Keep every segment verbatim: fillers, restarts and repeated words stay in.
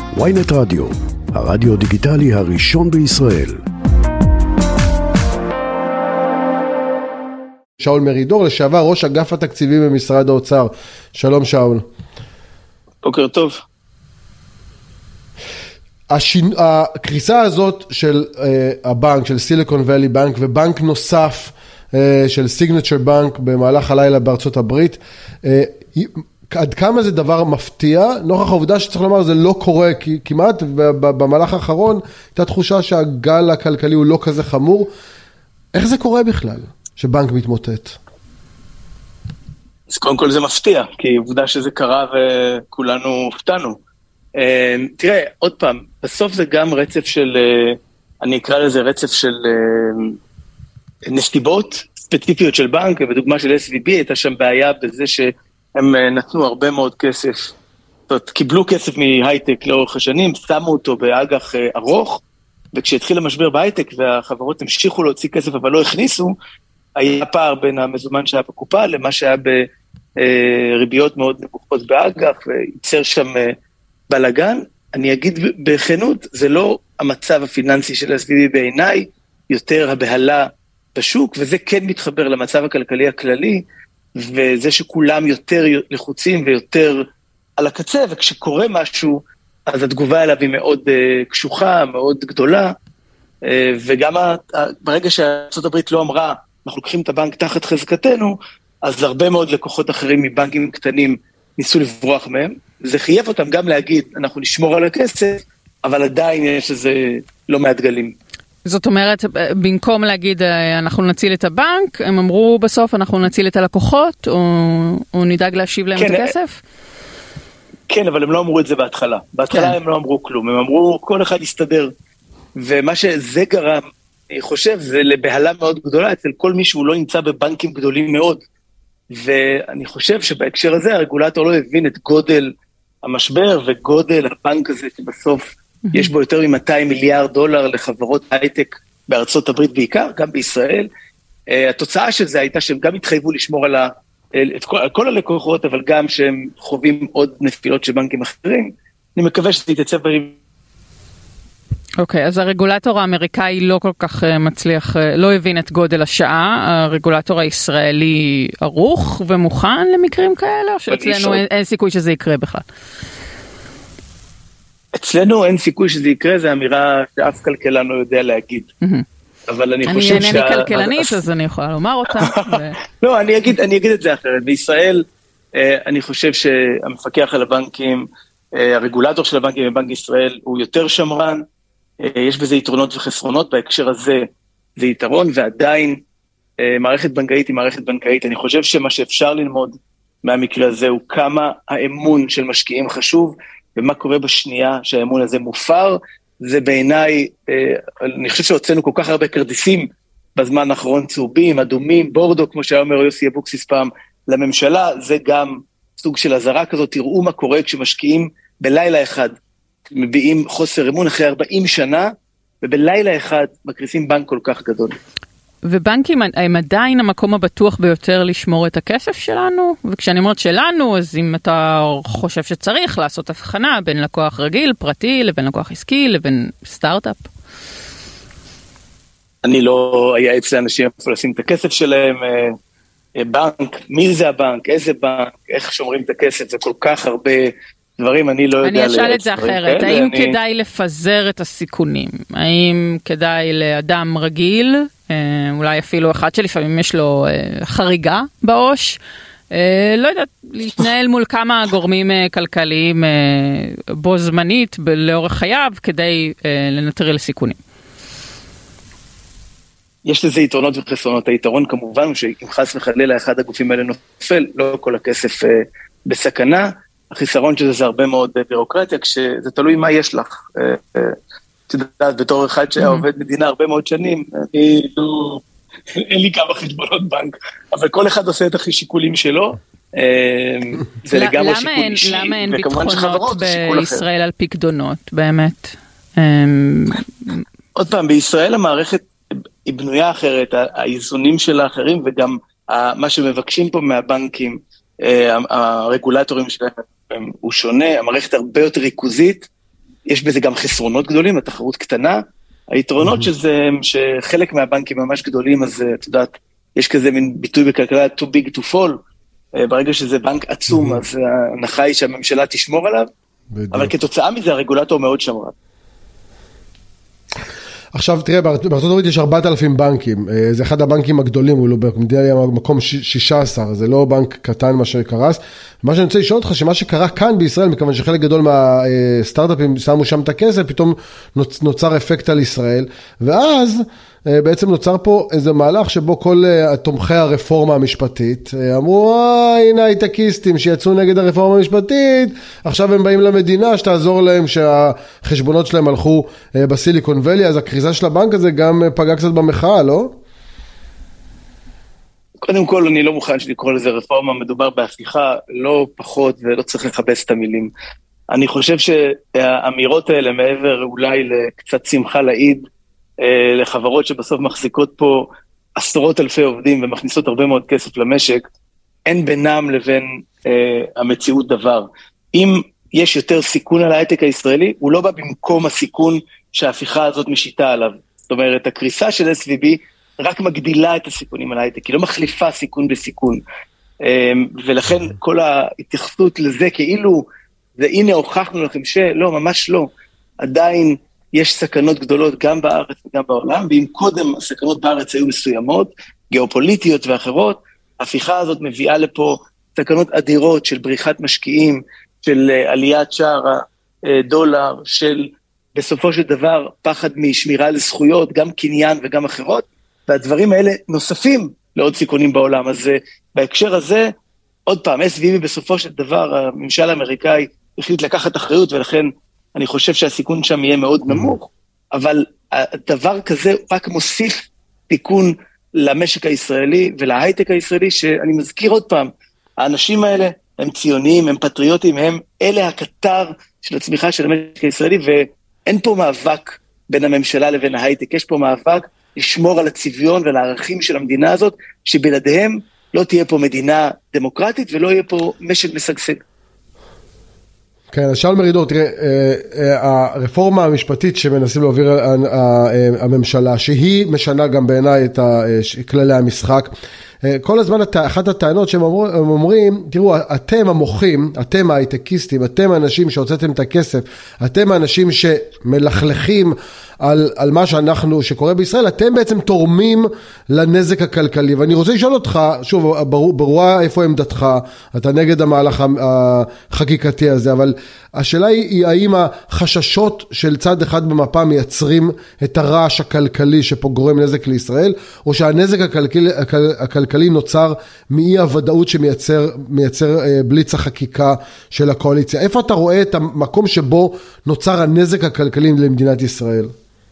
וויינט רדיו, הרדיו דיגיטלי הראשון בישראל. שאול מרידור, לשעבר ראש אגף התקציבים במשרד האוצר. שלום שאול. בוקר טוב. השינ... הקריסה הזאת של uh, הבנק, של סיליקון ואלי בנק, ובנק נוסף uh, של סיגנצ'ר בנק במהלך הלילה בארצות הברית, uh, עד כמה זה דבר מפתיע, נוכח העובדה שצריך לומר זה לא קורה, כי כמעט במהלך האחרון הייתה תחושה שהגל הכלכלי הוא לא כזה חמור. איך זה קורה בכלל שבנק מתמוטט? אז קודם כל זה מפתיע, כי עובדה שזה קרה וכולנו הופתענו. תראה, עוד פעם, בסוף זה גם רצף של, אני אקרא לזה רצף של נסיבות ספציפיות של בנק, ובדוגמה של אס וי בי הייתה שם בעיה בזה שהם נתנו הרבה מאוד כסף, זאת אומרת, קיבלו כסף מהייטק לאורך השנים, שמו אותו באג"ח ארוך, וכשהתחיל המשבר בהייטק והחברות המשיכו להוציא כסף אבל לא הכניסו, היה פער בין המזומן שהיה בקופה למה שהיה בריביות מאוד נמוכות באג"ח, וייצר שם בלגן. אני אגיד בכנות, זה לא המצב הפיננסי של אס וי בי בעיניי, יותר הבהלה בשוק, וזה כן מתחבר למצב הכלכלי הכללי, וזה שכולם יותר לחוצים ויותר על הקצה, וכשקורה משהו, אז התגובה אליו היא מאוד קשוחה, מאוד גדולה, וגם ברגע שארצות הברית לא אמרה, אנחנו לוקחים את הבנק תחת חזקתנו, אז הרבה מאוד לקוחות אחרים מבנקים קטנים ניסו לברוח מהם, זה חייב אותם גם להגיד, אנחנו נשמור על הכסף, אבל עדיין יש איזה לא מעט גלים. זאת אומרת, במקום להגיד, אנחנו נציל את הבנק, הם אמרו בסוף, אנחנו נציל את הלקוחות, או, או נדאג להשיב להם כן, את הכסף? כן, אבל הם לא אמרו את זה בהתחלה. בהתחלה כן. הם לא אמרו כלום, הם אמרו, כל אחד יסתדר. ומה שזה גרם, אני חושב, זה לבהלה מאוד גדולה, אצל כל מי שהוא לא נמצא בבנקים גדולים מאוד. ואני חושב שבהקשר הזה, הרגולטור לא הבין את גודל המשבר, וגודל הבנק הזה, שבסוף יש בו יותר מ-מאתיים מיליארד דולר לחברות הייטק בארצות הברית בעיקר, גם בישראל. התוצאה של זה הייתה שהם גם התחייבו לשמור על, ה, את כל, על כל הלקוחות, אבל גם שהם חווים עוד נפילות של בנקים אחרים. אני מקווה שזה יתייצב בריב. אוקיי, אז הרגולטור האמריקאי לא כל כך מצליח, לא הבין את גודל השעה, הרגולטור הישראלי ערוך ומוכן למקרים כאלה, או שאצלנו אין, אין סיכוי שזה יקרה בכלל? אצלנו אין סיכוי שזה יקרה, זו אמירה שאף כלכלן לא יודע להגיד. אבל אני חושב אני אינני כלכלנית, אז אני יכולה לומר אותה. לא, אני אגיד, אני אגיד את זה אחרת. בישראל, אני חושב שהמפקח על הבנקים, הרגולטור של הבנקים בבנק ישראל, הוא יותר שמרן, יש בזה יתרונות וחסרונות, בהקשר הזה זה יתרון, ועדיין מערכת בנקאית היא מערכת בנקאית. אני חושב שמה שאפשר ללמוד מהמקרה הזה הוא כמה האמון של משקיעים חשוב, ומה קורה בשנייה שהאמון הזה מופר. זה בעיניי, אני חושב שהוצאנו כל כך הרבה כרטיסים בזמן האחרון, צהובים, אדומים, בורדו, כמו שהיה אומר יוסי אבוקסיס פעם, לממשלה. זה גם סוג של הזרה כזאת. תראו מה קורה כשמשקיעים בלילה אחד, מביאים חוסר אמון אחרי ארבעים שנה, ובלילה אחד מקריסים בנק כל כך גדול. ובנקים הם עדיין המקום הבטוח ביותר לשמור את הכסף שלנו, וכשאני אומרת שלנו, אז אם אתה חושב שצריך לעשות הבחנה בין לקוח רגיל, פרטי, לבין לקוח עסקי, לבין סטארט-אפ. אני לא היה אצל אנשים איפה לשים את הכסף שלהם, בנק, מי זה הבנק, איזה בנק, איך שומרים את הכסף, זה כל כך הרבה דברים, אני לא יודע. אני אשאל את זה אחרת, האם כדאי לפזר את הסיכונים? האם כדאי לאדם רגיל, אולי אפילו אחד שלפעמים יש לו חריגה בעו"ש, לא יודעת, להתנהל מול כמה גורמים כלכליים בו זמנית לאורך חייו, כדי לנטרל סיכונים? יש לזה יתרונות וחסרונות. היתרון כמובן הוא שאם חס וחלילה אחד הגופים האלה נופל, לא כל הכסף בסכנה. החיסרון שזה זה הרבה מאוד בירוקרטיה, כשזה תלוי מה יש לך. תדעת, בתור אחד שעובד מדינה הרבה מאוד שנים, אני לא, אין לי כמה חשבונות בנק, אבל כל אחד עושה את השיקולים שלו, זה לגמרי שיקול אישי, למה אין ביטחונות בישראל על פקדונות, באמת? עוד פעם, בישראל המערכת היא בנויה אחרת, האיזונים שלה אחרים, וגם מה שמבקשים פה מהבנקים, הרגולטורים שלהם הוא שונה, המערכת הרבה יותר ריכוזית, יש בזה גם חסרונות גדולים, התחרות קטנה, היתרונות שזה, שחלק מהבנקים ממש גדולים, אז את יודעת, יש כזה מין ביטוי בכלכלה, too big to fall, ברגע שזה בנק עצום, אז ההנחה היא שהממשלה תשמור עליו, אבל כתוצאה מזה הרגולטור מאוד שמרן. עכשיו תראה, בארצות הברית יש ארבעת אלפים בנקים, זה אחד הבנקים הגדולים, הוא לא במדינה היה מקום שישה עשר, זה לא בנק קטן מה שקרס. מה שאני רוצה לשאול אותך, שמה שקרה כאן בישראל, מכיוון שחלק גדול מהסטארט-אפים שמו שם את הכסף, פתאום נוצר אפקט על ישראל, ואז בעצם נוצר פה איזה מהלך שבו כל תומכי הרפורמה המשפטית אמרו, אה, הנה הייטקיסטים שיצאו נגד הרפורמה המשפטית, עכשיו הם באים למדינה שתעזור להם שהחשבונות שלהם הלכו בסיליקון ואלי, אז הקריזה של הבנק הזה גם פגע קצת במחאה, לא? קודם כל אני לא מוכן שנקרוא לזה רפורמה, מדובר בהפיכה לא פחות ולא צריך לחפש את המילים. אני חושב שהאמירות האלה מעבר אולי לקצת שמחה לעיד, לחברות שבסוף מחזיקות פה עשרות אלפי עובדים ומכניסות הרבה מאוד כסף למשק, אין בינם לבין אה, המציאות דבר. אם יש יותר סיכון על ההייטק הישראלי, הוא לא בא במקום הסיכון שההפיכה הזאת משיתה עליו. זאת אומרת, הקריסה של אס וי בי רק מגדילה את הסיכונים על ההייטק, היא לא מחליפה סיכון בסיכון. אה, ולכן כל ההתייחסות לזה כאילו, והנה הוכחנו לכם שלא, ממש לא. עדיין יש סכנות גדולות גם בארץ וגם בעולם, ואם קודם הסכנות בארץ היו מסוימות, גיאופוליטיות ואחרות, ההפיכה הזאת מביאה לפה סכנות אדירות של בריחת משקיעים, של עליית שער הדולר, של בסופו של דבר פחד משמירה על זכויות, גם קניין וגם אחרות, והדברים האלה נוספים לעוד סיכונים בעולם. אז בהקשר הזה, עוד פעם, אס וי בי בסופו של דבר, הממשל האמריקאי החליט לקחת אחריות, ולכן אני חושב שהסיכון שם יהיה מאוד נמוך, אבל הדבר כזה רק מוסיף תיקון למשק הישראלי ולהייטק הישראלי, שאני מזכיר עוד פעם, האנשים האלה הם ציוניים, הם פטריוטים, הם אלה הקטר של הצמיחה של המשק הישראלי, ואין פה מאבק בין הממשלה לבין ההייטק, יש פה מאבק לשמור על הצביון ועל הערכים של המדינה הזאת, שבלעדיהם לא תהיה פה מדינה דמוקרטית ולא יהיה פה משק משגשג. כן, שאול מרידור, תראה, הרפורמה המשפטית שמנסים להעביר הממשלה, שהיא משנה גם בעיניי את כללי המשחק, כל הזמן אחת הטענות שהם אומרים, תראו, אתם המוחים, אתם ההייטקיסטים, אתם האנשים שהוצאתם את הכסף, אתם האנשים שמלכלכים על, על מה שאנחנו, שקורה בישראל, אתם בעצם תורמים לנזק הכלכלי. ואני רוצה לשאול אותך, שוב, ברור, ברורה איפה עמדתך, אתה נגד המהלך החקיקתי הזה, אבל השאלה היא, האם החששות של צד אחד במפה מייצרים את הרעש הכלכלי שפה גורם נזק לישראל, או שהנזק הכלכלי, הכלכלי נוצר מאי הוודאות שמייצר מייצר בליץ החקיקה של הקואליציה. איפה אתה רואה את המקום שבו נוצר הנזק הכלכלי למדינת ישראל?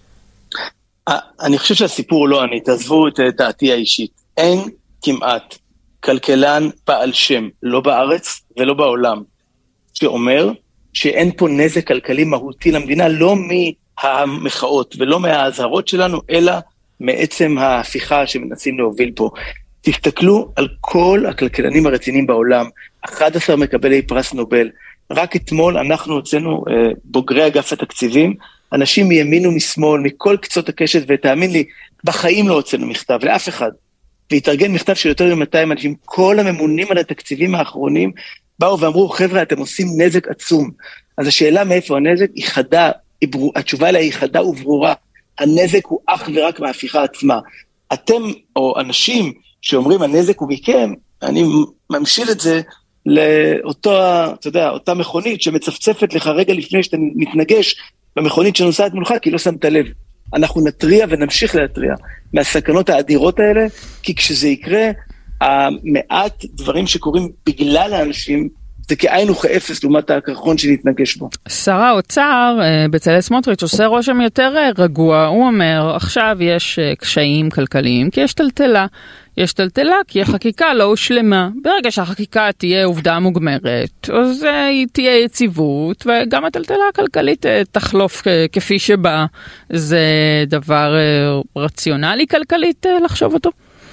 אני חושב שהסיפור לא אני, תעזבו את דעתי האישית. אין כמעט כלכלן בעל שם, לא בארץ ולא בעולם, שאומר שאין פה נזק כלכלי מהותי למדינה, לא מהמחאות ולא מההזהרות שלנו, אלא מעצם ההפיכה שמנסים להוביל פה. תסתכלו על כל הכלכלנים הרציניים בעולם, אחד עשר מקבלי פרס נובל. רק אתמול אנחנו הוצאנו בוגרי אגף התקציבים, אנשים מימין ומשמאל, מכל קצות הקשת, ותאמין לי, בחיים לא הוצאנו מכתב, לאף אחד. והתארגן מכתב של יותר מ-מאתיים אנשים, כל הממונים על התקציבים האחרונים, באו ואמרו, חבר'ה, אתם עושים נזק עצום. אז השאלה מאיפה הנזק היא חדה, היא ברור, התשובה אליה היא חדה וברורה, הנזק הוא אך ורק מההפיכה עצמה. אתם, או אנשים שאומרים, הנזק הוא מכם, אני ממשיל את זה, לאותו, אתה יודע, אותה מכונית שמצפצפת לך רגע לפני שאתה מתנגש במכונית שנוסעת מולך, כי לא שמת לב. אנחנו נטריע ונמשיך להטריע מהסכנות האדירות האלה, כי כשזה יקרה, המעט דברים שקורים בגלל האנשים, זה כאין וכאפס לעומת הקרחון שנתנגש בו. שר האוצר, בצלאל סמוטריץ', עושה רושם יותר רגוע, הוא אומר, עכשיו יש קשיים כלכליים, כי יש טלטלה. יש טלטלה כי החקיקה לא הושלמה. ברגע שהחקיקה תהיה עובדה מוגמרת, אז היא תהיה יציבות, וגם הטלטלה הכלכלית תחלוף כפי שבא. זה דבר רציונלי כלכלית לחשוב אותו?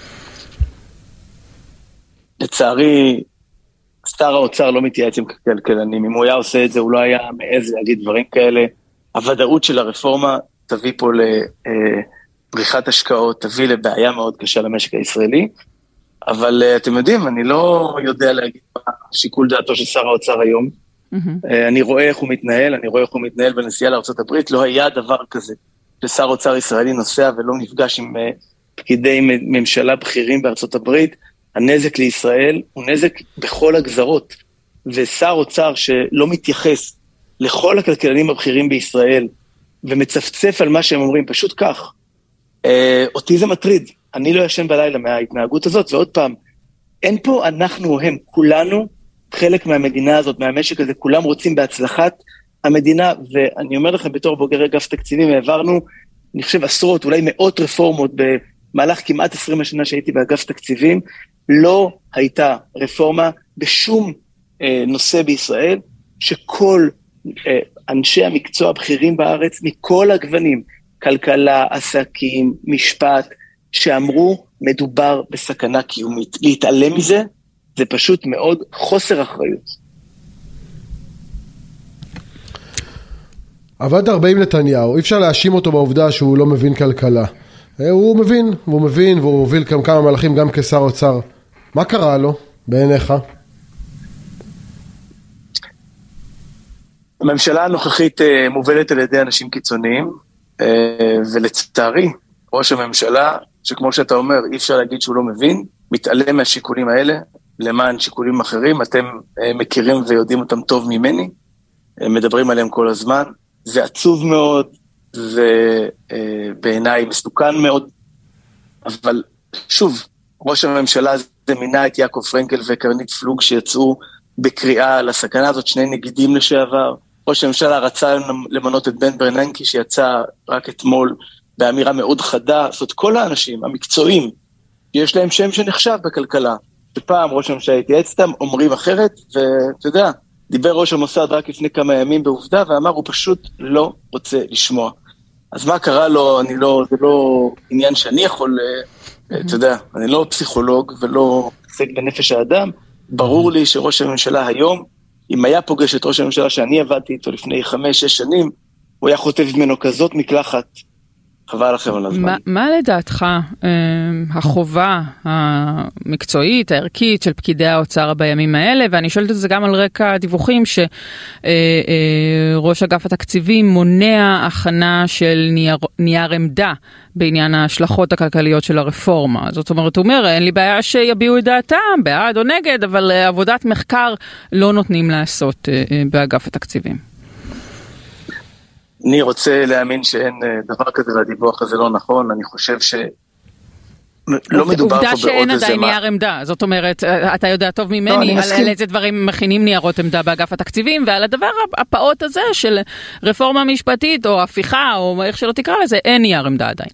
לצערי, שר האוצר לא מתייעץ עם כלכלנים. אם הוא היה עושה את זה, הוא לא היה מעז להגיד דברים כאלה. הוודאות של הרפורמה תביא פה לבריחת השקעות, תביא לבעיה מאוד קשה למשק הישראלי, אבל אתם יודעים, אני לא יודע להגיד מה שיקול דעתו של שר האוצר היום, mm-hmm. אני רואה איך הוא מתנהל, אני רואה איך הוא מתנהל בנסיעה לארצות הברית, לא היה דבר כזה, ששר אוצר ישראלי נוסע ולא נפגש עם פקידי ממשלה בכירים בארצות הברית, הנזק לישראל הוא נזק בכל הגזרות, ושר אוצר שלא מתייחס לכל הכלכלנים הבכירים בישראל, ומצפצף על מה שהם אומרים, פשוט כך, אותי זה מטריד, אני לא ישן בלילה מההתנהגות הזאת, ועוד פעם, אין פה אנחנו הם, כולנו חלק מהמדינה הזאת, מהמשק הזה, כולם רוצים בהצלחת המדינה, ואני אומר לכם בתור בוגר אגף תקציבים, העברנו, אני חושב עשרות, אולי מאות רפורמות, במהלך כמעט עשרים השנה שהייתי באגף תקציבים, לא הייתה רפורמה בשום אה, נושא בישראל, שכל אה, אנשי המקצוע הבכירים בארץ, מכל הגוונים, כלכלה, עסקים, משפט, שאמרו, מדובר בסכנה קיומית. להתעלם מזה, זה פשוט מאוד חוסר אחריות. עבד ארבעים נתניהו, אי אפשר להאשים אותו בעובדה שהוא לא מבין כלכלה. הוא מבין, והוא מבין, והוא הוביל כמה מהלכים גם כשר אוצר. מה קרה לו בעיניך? הממשלה הנוכחית מובלת על ידי אנשים קיצוניים, ולצערי, ראש הממשלה, שכמו שאתה אומר, אי אפשר להגיד שהוא לא מבין, מתעלם מהשיקולים האלה, למען שיקולים אחרים, אתם מכירים ויודעים אותם טוב ממני, מדברים עליהם כל הזמן, זה עצוב מאוד, ובעיניי מסוכן מאוד, אבל שוב, ראש הממשלה זה מינה את יעקב פרנקל וקרנית פלוג שיצאו בקריאה לסכנה הזאת, שני נגידים לשעבר, ראש הממשלה רצה למנות את בן ברננקי שיצא רק אתמול באמירה מאוד חדה, זאת כל האנשים המקצועיים, יש להם שם שנחשב בכלכלה, שפעם ראש הממשלה התייעץ איתם, אומרים אחרת, ואתה יודע, דיבר ראש המוסד רק לפני כמה ימים בעובדה, ואמר, הוא פשוט לא רוצה לשמוע. אז מה קרה לו, אני לא, זה לא עניין שאני יכול, אתה יודע, אני לא פסיכולוג, ולא עסק בנפש האדם, ברור לי שראש הממשלה היום, אם היה פוגש את ראש הממשלה שאני עבדתי איתו לפני חמש, שש שנים, הוא היה חוטב ממנו כזאת מקלחת, חבל לכם על הזמן. מה לדעתך החובה המקצועית, הערכית של פקידי האוצר בימים האלה, ואני שואלת את זה גם על רקע הדיווחים שראש אגף התקציבים מונע הכנה של נייר, נייר עמדה בעניין ההשלכות הכלכליות של הרפורמה. זאת אומרת, הוא אומר, אין לי בעיה שיביעו את דעתם, בעד או נגד, אבל עבודת מחקר לא נותנים לעשות באגף התקציבים. אני רוצה להאמין שאין דבר כזה, והדיווח הזה לא נכון, אני חושב ש... לא מדובר פה בעוד איזה מה. עובדה שאין עדיין נייר עמדה, זאת אומרת, אתה יודע טוב ממני על איזה דברים מכינים ניירות עמדה באגף התקציבים, ועל הדבר הפעוט הזה של רפורמה משפטית, או הפיכה, או איך שלא תקרא לזה, אין נייר עמדה עדיין.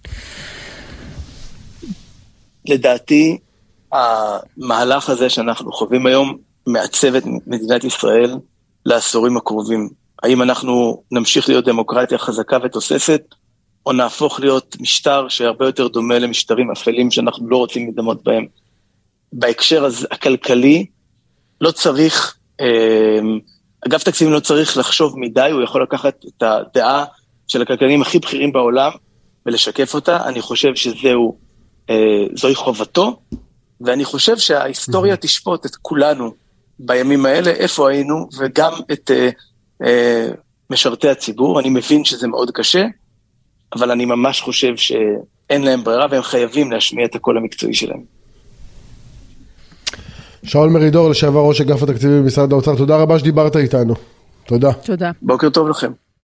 לדעתי, המהלך הזה שאנחנו חווים היום, מעצב את מדינת ישראל לעשורים הקרובים. האם אנחנו נמשיך להיות דמוקרטיה חזקה ותוססת, או נהפוך להיות משטר שהרבה יותר דומה למשטרים אפלים שאנחנו לא רוצים לדמות בהם. בהקשר הכלכלי, לא צריך, אגף תקציבים לא צריך לחשוב מדי, הוא יכול לקחת את הדעה של הכלכלנים הכי בכירים בעולם, ולשקף אותה. אני חושב שזהו, זוהי חובתו, ואני חושב שההיסטוריה תשפוט את כולנו בימים האלה, איפה היינו, וגם את משרתי הציבור. אני מבין שזה מאוד קשה, אבל אני ממש חושב שאין להם ברירה, והם חייבים להשמיע את הקול המקצועי שלהם. שאול מרידור, לשעבר ראש אגף התקציבים במשרד האוצר, תודה רבה שדיברת איתנו. תודה. תודה. בוקר טוב לכם.